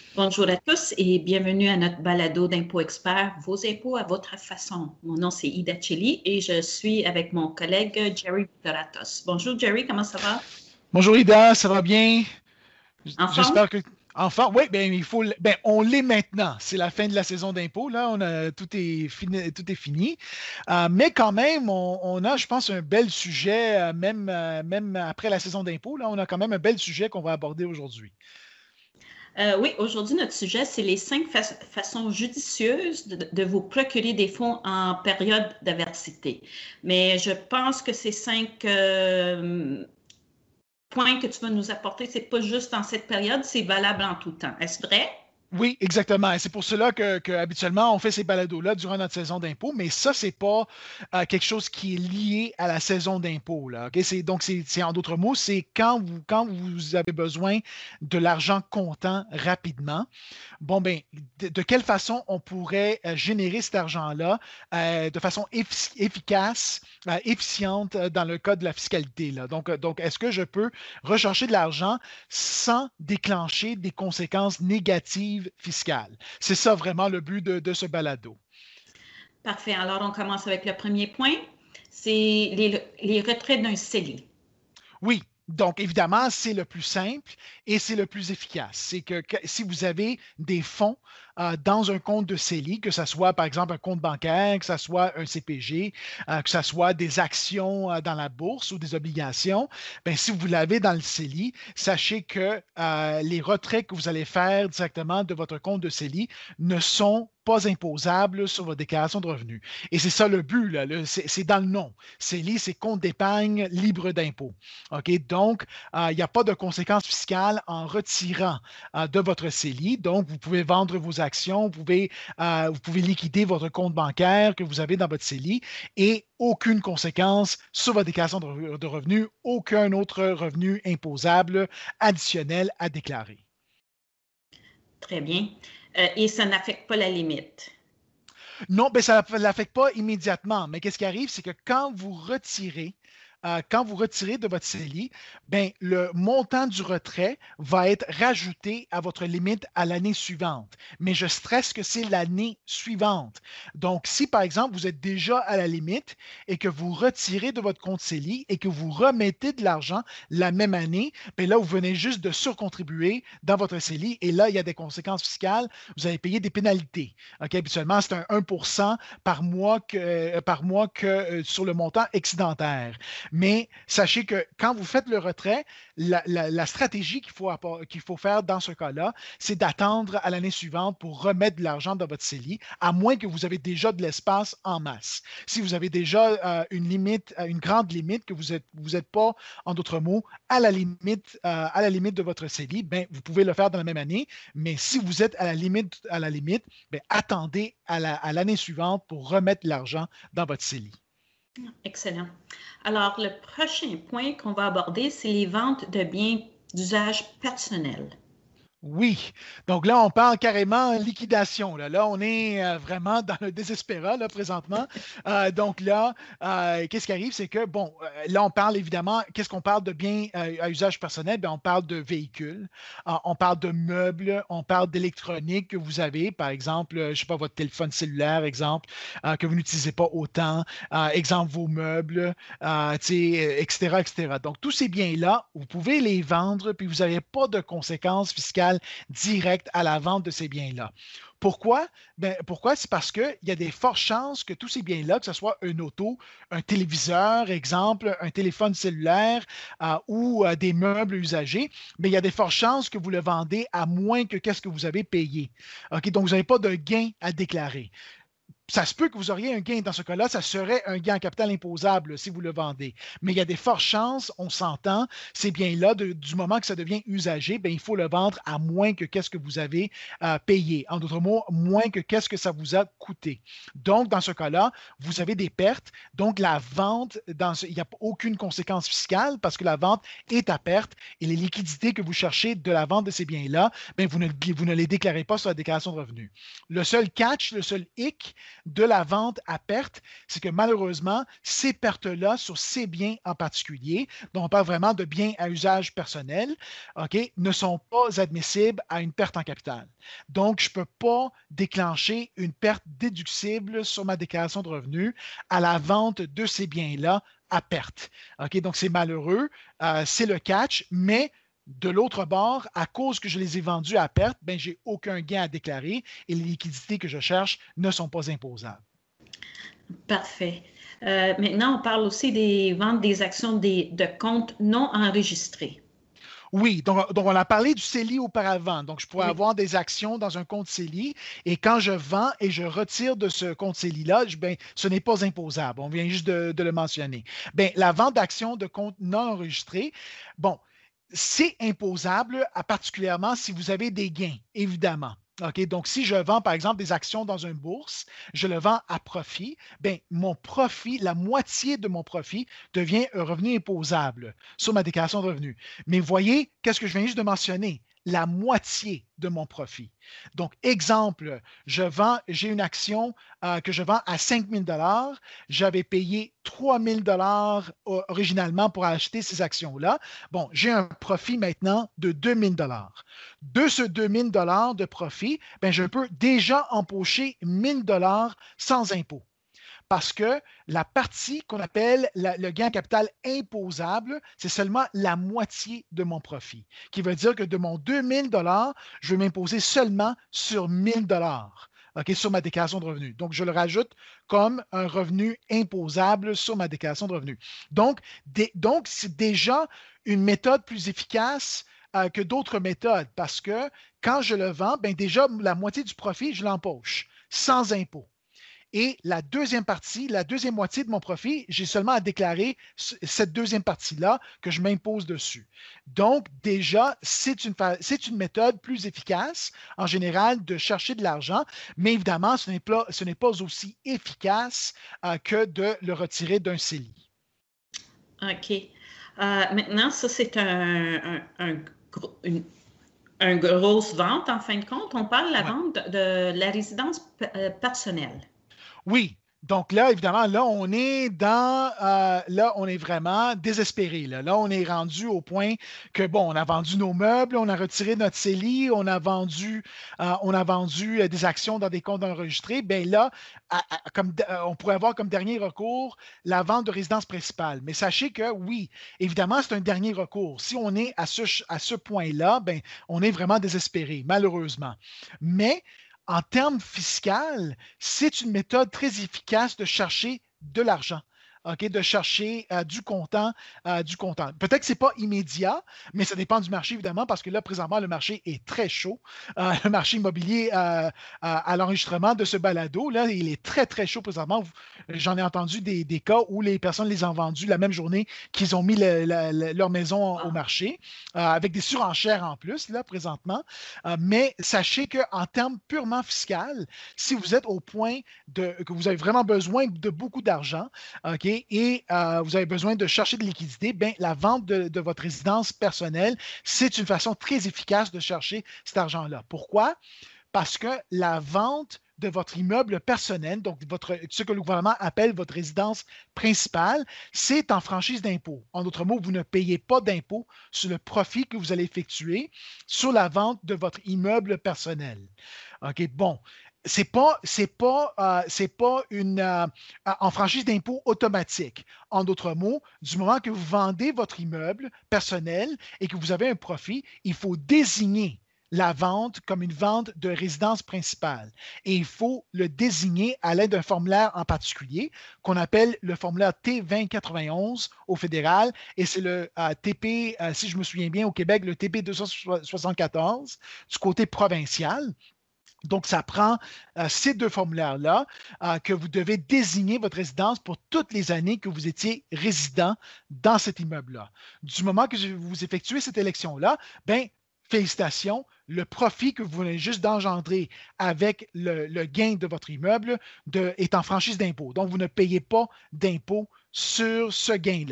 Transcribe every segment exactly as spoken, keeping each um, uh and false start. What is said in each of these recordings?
Bonjour à tous et bienvenue à notre balado d'impôts experts, vos impôts à votre façon. Mon nom c'est Ida Chili et je suis avec mon collègue Jerry Doratos. Bonjour Jerry, comment ça va? Bonjour Ida, ça va bien? En forme? J'espère que. Enfin, oui, ben il faut. Ben, on l'est maintenant. C'est la fin de la saison d'impôts. Là, on a tout est fini. Tout est fini. Euh, mais quand même, on, on a, je pense, un bel sujet, euh, même, euh, même après la saison d'impôts. Là, on a quand même un bel sujet qu'on va aborder aujourd'hui. Euh, oui, aujourd'hui notre sujet c'est les cinq fa façons judicieuses de, de vous procurer des fonds en période d'adversité. Mais je pense que ces cinq euh, points que tu vas nous apporter, c'est pas juste en cette période, c'est valable en tout temps. Est-ce vrai? Oui, exactement. Et c'est pour cela que, que habituellement on fait ces balados-là durant notre saison d'impôt, mais ça, c'est pas euh, quelque chose qui est lié à la saison d'impôt, là. OK? C'est, donc, c'est, c'est en d'autres mots, c'est quand vous, quand vous avez besoin de l'argent comptant rapidement. Bon, ben, de, de quelle façon on pourrait euh, générer cet argent-là euh, de façon effi- efficace, euh, efficiente euh, dans le cas de la fiscalité, là. Donc, euh, donc, est-ce que je peux rechercher de l'argent sans déclencher des conséquences négatives fiscales? C'est ça vraiment le but de, de ce balado. Parfait. Alors on commence avec le premier point, c'est les, les retraits d'un C E L I. Oui, donc évidemment, c'est le plus simple et c'est le plus efficace. C'est que, que si vous avez des fonds euh, dans un compte de C E L I, que ce soit par exemple un compte bancaire, que ce soit un C P G, euh, que ce soit des actions euh, dans la bourse ou des obligations, ben, si vous l'avez dans le C E L I, sachez que euh, les retraits que vous allez faire directement de votre compte de C E L I ne sont pas imposables sur votre déclaration de revenus. Et c'est ça le but, là, le- c'est c'est dans le nom. C E L I, c'est compte d'épargne libre d'impôt. OK? Donc, euh, il n'y a pas de conséquences fiscales en retirant euh, de votre C E L I. Donc, vous pouvez vendre vos actions, vous pouvez, euh, vous pouvez liquider votre compte bancaire que vous avez dans votre C E L I et aucune conséquence sur votre déclaration de, re- de revenus, aucun autre revenu imposable additionnel à déclarer. Très bien. Euh, et ça n'affecte pas la limite. Non, ben ça ne l'affecte pas immédiatement, mais qu'est-ce qui arrive, c'est que quand vous retirez, euh, quand vous retirez de votre C E L I, ben, le montant du retrait va être rajouté à votre limite à l'année suivante. Mais je stresse que c'est l'année suivante. Donc, si par exemple vous êtes déjà à la limite et que vous retirez de votre compte C E L I et que vous remettez de l'argent la même année, ben là, vous venez juste de surcontribuer dans votre C E L I et là, il y a des conséquences fiscales. Vous allez payer des pénalités. OK, habituellement, c'est un un pour cent par mois que, euh, par mois que euh, sur le montant excédentaire. Mais sachez que quand vous faites le retrait, la, la- la stratégie qu'il faut, qu'il faut faire dans ce cas-là, c'est d'attendre à l'année suivante pour remettre de l'argent dans votre C E L I, à moins que vous avez déjà de l'espace en masse. Si vous avez déjà euh, une limite, euh, une grande limite, que vous êtes, vous êtes pas, en d'autres mots, à la limite, euh, à la limite de votre C E L I, ben, vous pouvez le faire dans la même année. Mais si vous êtes à la limite, à la limite, ben, attendez à la, à l'année suivante pour remettre l'argent dans votre C E L I. Excellent. Alors, le prochain point qu'on va aborder, c'est les ventes de biens d'usage personnel. Oui. Donc là, on parle carrément liquidation. Là, là on est euh, vraiment dans le désespérat là, présentement. Euh, donc là, euh, qu'est-ce qui arrive? C'est que, bon, euh, là, on parle évidemment, qu'est-ce qu'on parle de biens euh, à usage personnel? Bien, on parle de véhicules, euh, on parle de meubles, on parle d'électronique que vous avez, par exemple, euh, je ne sais pas, votre téléphone cellulaire, exemple, euh, que vous n'utilisez pas autant, euh, exemple, vos meubles, euh, tu sais, euh, et cetera, et cetera. Donc, tous ces biens-là, vous pouvez les vendre, puis vous n'avez pas de conséquences fiscales directes à la vente de ces biens-là. Pourquoi? Ben, pourquoi? C'est parce qu'il y a des fortes chances que tous ces biens-là, que ce soit une auto, un téléviseur, exemple, un téléphone cellulaire euh, ou euh, des meubles usagés, mais il y a des fortes chances que vous le vendez à moins que qu'est-ce que vous avez payé. OK? Donc, vous n'avez pas de gain à déclarer. Ça se peut que vous auriez un gain. Dans ce cas-là, ça serait un gain en capital imposable si vous le vendez. Mais il y a des fortes chances, on s'entend, ces biens-là, de- du moment que ça devient usagé, ben, il faut le vendre à moins que qu'est-ce que vous avez euh, payé. En d'autres mots, moins que qu'est-ce que ça vous a coûté. Donc, dans ce cas-là, vous avez des pertes. Donc, la vente, dans ce- il n'y a aucune conséquence fiscale parce que la vente est à perte et les liquidités que vous cherchez de la vente de ces biens-là, ben, vous ne, vous ne les déclarez pas sur la déclaration de revenus. Le seul catch, le seul hic, de la vente à perte, c'est que malheureusement, ces pertes-là sur ces biens en particulier, dont on parle vraiment de biens à usage personnel, OK, ne sont pas admissibles à une perte en capital. Donc, je ne peux pas déclencher une perte déductible sur ma déclaration de revenus à la vente de ces biens-là à perte. OK, donc, c'est malheureux, euh, c'est le catch, mais de l'autre bord, à cause que je les ai vendus à perte, ben, je n'ai aucun gain à déclarer et les liquidités que je cherche ne sont pas imposables. Parfait. Euh, maintenant, on parle aussi des ventes des actions des, de comptes non enregistrés. Oui, donc, donc on a parlé du C E L I auparavant. Donc, je pourrais Oui. avoir des actions dans un compte C E L I et quand je vends et je retire de ce compte C E L I-là, je- ben, ce n'est pas imposable. On vient juste de, de le mentionner. Ben, la vente d'actions de comptes non enregistrés, bon, c'est imposable, à particulièrement si vous avez des gains, évidemment. OK, donc, si je vends, par exemple, des actions dans une bourse, je le vends à profit, bien, mon profit, la moitié de mon profit devient un revenu imposable sur ma déclaration de revenus. Mais voyez, qu'est-ce que je viens juste de mentionner? La moitié de mon profit. Donc, exemple, je vends, j'ai une action euh, que je vends à cinq mille dollars. J'avais payé trois mille dollars originalement pour acheter ces actions-là. Bon, j'ai un profit maintenant de deux mille dollars. De ce deux mille dollars de profit, ben, je peux déjà empocher mille dollars sans impôt. Parce que la partie qu'on appelle la, le gain en capital imposable, c'est seulement la moitié de mon profit, qui veut dire que de mon deux mille dollars, je vais m'imposer seulement sur mille dollars. OK, sur ma déclaration de revenus. Donc, je le rajoute comme un revenu imposable sur ma déclaration de revenus. Donc, des, donc c'est déjà une méthode plus efficace euh, que d'autres méthodes parce que quand je le vends, ben déjà, la moitié du profit, je l'empoche sans impôt. Et la deuxième partie, la deuxième moitié de mon profit, j'ai seulement à déclarer cette deuxième partie-là que je m'impose dessus. Donc, déjà, c'est une, c'est une méthode plus efficace, en général, de chercher de l'argent, mais évidemment, ce n'est pas, ce n'est pas aussi efficace euh, que de le retirer d'un C E L I. OK. Euh, maintenant, ça, c'est un, un, un, une, une grosse vente, en fin de compte. On parle de la Ouais. vente de, de la résidence personnelle. Oui. Donc là, évidemment, là, on est dans, euh, là, on est vraiment désespéré. Là. Là, on est rendu au point que, bon, on a vendu nos meubles, on a retiré notre C E L I, on a vendu, euh, on a vendu euh, des actions dans des comptes enregistrés. Bien là, à, à, comme, euh, on pourrait avoir comme dernier recours la vente de résidence principale. Mais sachez que, oui, évidemment, c'est un dernier recours. Si on est à ce, à ce point-là, ben, on est vraiment désespéré, malheureusement. Mais en termes fiscaux, c'est une méthode très efficace de chercher de l'argent. OK, de chercher euh, du comptant, euh, du comptant. Peut-être que ce n'est pas immédiat, mais ça dépend du marché, évidemment, parce que là, présentement, le marché est très chaud. Euh, le marché immobilier euh, à, à l'enregistrement de ce balado, là, il est très, très chaud présentement. J'en ai entendu des, des cas où les personnes les ont vendus la même journée qu'ils ont mis le, le, le, leur maison au marché, euh, avec des surenchères en plus, là, présentement. Euh, mais sachez qu'en termes purement fiscaux, si vous êtes au point de, que vous avez vraiment besoin de beaucoup d'argent, OK, et euh, vous avez besoin de chercher de liquidité, bien, la vente de, de votre résidence personnelle, c'est une façon très efficace de chercher cet argent-là. Pourquoi? Parce que la vente de votre immeuble personnel, donc votre, ce que le gouvernement appelle votre résidence principale, c'est en franchise d'impôt. En d'autres mots, vous ne payez pas d'impôt sur le profit que vous allez effectuer sur la vente de votre immeuble personnel. OK, bon. C'est pas, c'est pas, euh, c'est pas une euh, en franchise d'impôt automatique. En d'autres mots, du moment que vous vendez votre immeuble personnel et que vous avez un profit, il faut désigner la vente comme une vente de résidence principale. Et il faut le désigner à l'aide d'un formulaire en particulier qu'on appelle le formulaire T vingt quatre-vingt-onze au fédéral. Et c'est le euh, T P, euh, si je me souviens bien, au Québec, le T P deux cent soixante-quatorze du côté provincial. Donc, ça prend euh, ces deux formulaires-là euh, que vous devez désigner votre résidence pour toutes les années que vous étiez résident dans cet immeuble-là. Du moment que vous effectuez cette élection-là, bien, félicitations, le profit que vous venez juste d'engendrer avec le, le gain de votre immeuble de, est en franchise d'impôt. Donc, vous ne payez pas d'impôt sur ce gain-là.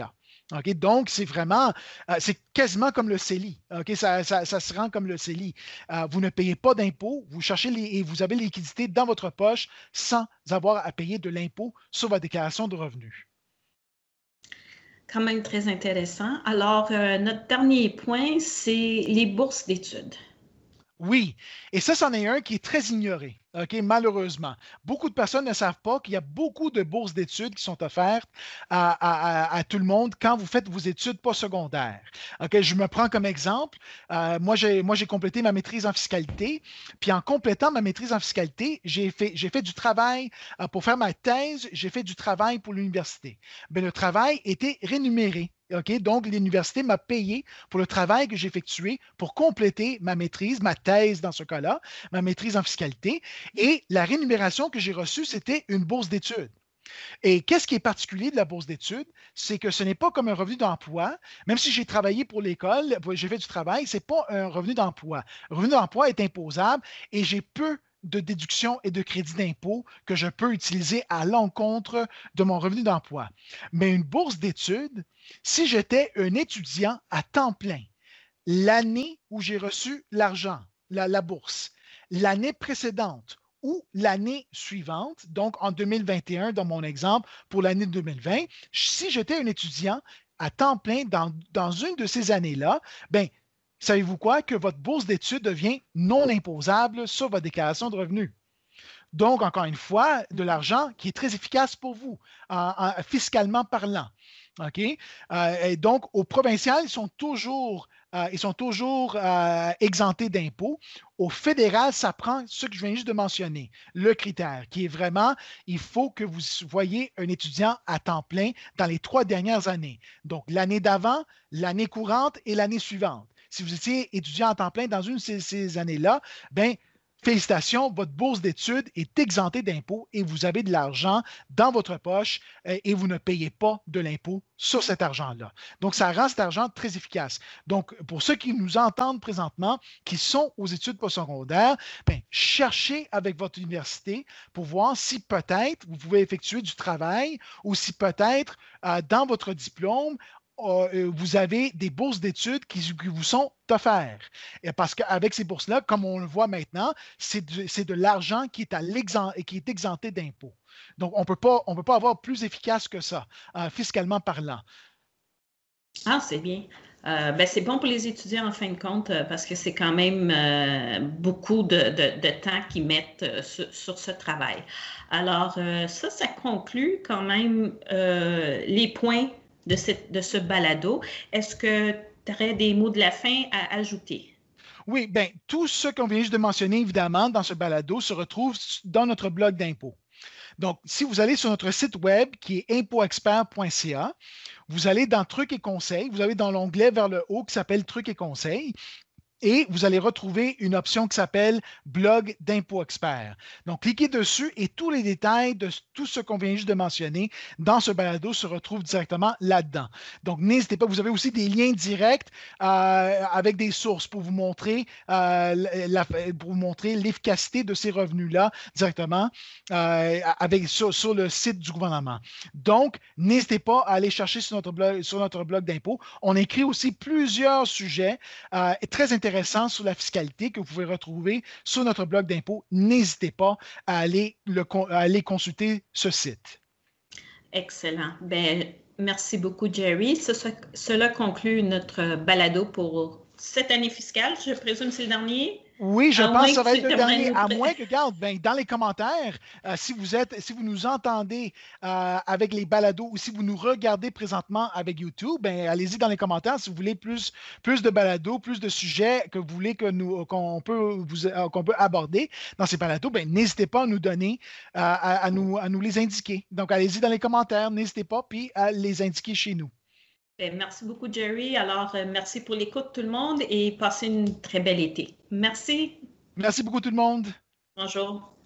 OK? Donc, c'est vraiment, euh, c'est quasiment comme le C E L I. OK? Ça, ça, ça se rend comme le C E L I. Euh, vous ne payez pas d'impôt, vous cherchez les, et vous avez les liquidités dans votre poche sans avoir à payer de l'impôt sur votre déclaration de revenus. Quand même très intéressant. Alors, euh, notre dernier point, c'est les bourses d'études. Oui, et ça, c'en est un qui est très ignoré, OK, malheureusement. Beaucoup de personnes ne savent pas qu'il y a beaucoup de bourses d'études qui sont offertes à, à- à- à tout le monde quand vous faites vos études postsecondaires. OK, je me prends comme exemple. Euh, moi, j'ai, moi, j'ai complété ma maîtrise en fiscalité. Puis en complétant ma maîtrise en fiscalité, j'ai fait, j'ai fait du travail euh, pour faire ma thèse, j'ai fait du travail pour l'université. Mais le travail était rémunéré. OK? Donc, l'université m'a payé pour le travail que j'ai effectué pour compléter ma maîtrise, ma thèse dans ce cas-là, ma maîtrise en fiscalité. Et la rémunération que j'ai reçue, c'était une bourse d'études. Et qu'est-ce qui est particulier de la bourse d'études? C'est que ce n'est pas comme un revenu d'emploi. Même si j'ai travaillé pour l'école, j'ai fait du travail, ce n'est pas un revenu d'emploi. Le revenu d'emploi est imposable et j'ai peu de déductions et de crédits d'impôt que je peux utiliser à l'encontre de mon revenu d'emploi. Mais une bourse d'études, si j'étais un étudiant à temps plein, l'année où j'ai reçu l'argent, la, la bourse, l'année précédente ou l'année suivante, donc en deux mille vingt et un dans mon exemple pour l'année deux mille vingt, si j'étais un étudiant à temps plein dans, dans une de ces années-là, ben, savez-vous quoi? Que votre bourse d'études devient non imposable sur votre déclaration de revenus. Donc, encore une fois, de l'argent qui est très efficace pour vous, en, en, fiscalement parlant. OK? Euh, et donc, au provincial, ils sont toujours, euh, ils sont toujours euh, exemptés d'impôts. Au fédéral, ça prend ce que je viens juste de mentionner, le critère, qui est vraiment, il faut que vous voyez un étudiant à temps plein dans les trois dernières années. Donc, l'année d'avant, l'année courante et l'année suivante. Si vous étiez étudiant à temps plein dans une de ces, ces années-là, ben félicitations, votre bourse d'études est exemptée d'impôts et vous avez de l'argent dans votre poche euh, et vous ne payez pas de l'impôt sur cet argent-là. Donc, ça rend cet argent très efficace. Donc, pour ceux qui nous entendent présentement, qui sont aux études postsecondaires, ben, cherchez avec votre université pour voir si peut-être vous pouvez effectuer du travail ou si peut-être euh, dans votre diplôme, euh, vous avez des bourses d'études qui, qui vous sont offertes. Et parce qu'avec ces bourses-là, comme on le voit maintenant, c'est de, c'est de l'argent qui est, à qui est exempté d'impôts. Donc, on ne peut pas avoir plus efficace que ça, euh, fiscalement parlant. Ah, c'est bien. Euh, ben, c'est bon pour les étudiants en fin de compte euh, parce que c'est quand même euh, beaucoup de, de, de temps qu'ils mettent euh, sur, sur, ce travail. Alors, euh, ça, ça conclut quand même euh, les points de, cette, de ce balado. Est-ce que tu aurais des mots de la fin à ajouter? Oui, bien, tout ce qu'on vient juste de mentionner, évidemment, dans ce balado se retrouve dans notre blog d'impôts. Donc, si vous allez sur notre site web qui est impôt expert point c a, vous allez dans Trucs et conseils, vous avez dans l'onglet vers le haut qui s'appelle Trucs et conseils. Et vous allez retrouver une option qui s'appelle Blog d'impôt expert. Donc, cliquez dessus et tous les détails de tout ce qu'on vient juste de mentionner dans ce balado se retrouvent directement là-dedans. Donc, n'hésitez pas. Vous avez aussi des liens directs euh, avec des sources pour vous montrer euh, la, pour vous montrer l'efficacité de ces revenus-là directement euh, avec, sur, sur le site du gouvernement. Donc, n'hésitez pas à aller chercher sur notre blog, sur notre blog d'impôt. On écrit aussi plusieurs sujets euh, très intéressants intéressant sur la fiscalité que vous pouvez retrouver sur notre blog d'impôts. N'hésitez pas à aller, le, à aller consulter ce site. Excellent. Ben, merci beaucoup, Jerry. Ce, ce, cela conclut notre balado pour cette année fiscale. Je présume que c'est le dernier. Oui, je à pense que ça va être le dernier, à moins que, regarde, ben, dans les commentaires, euh, si vous êtes, si vous nous entendez euh, avec les balados ou si vous nous regardez présentement avec YouTube, ben, allez-y dans les commentaires si vous voulez plus, plus de balados, plus de sujets que vous voulez que nous, qu'on peut, vous, euh, qu'on peut aborder dans ces balados, ben, n'hésitez pas à nous donner, euh, à, à, nous, à nous les indiquer. Donc, allez-y dans les commentaires, n'hésitez pas, puis à les indiquer chez nous. Merci beaucoup, Jerry. Alors, euh, merci pour l'écoute, tout le monde, et passez une très belle été. Merci. Merci beaucoup, tout le monde. Bonjour.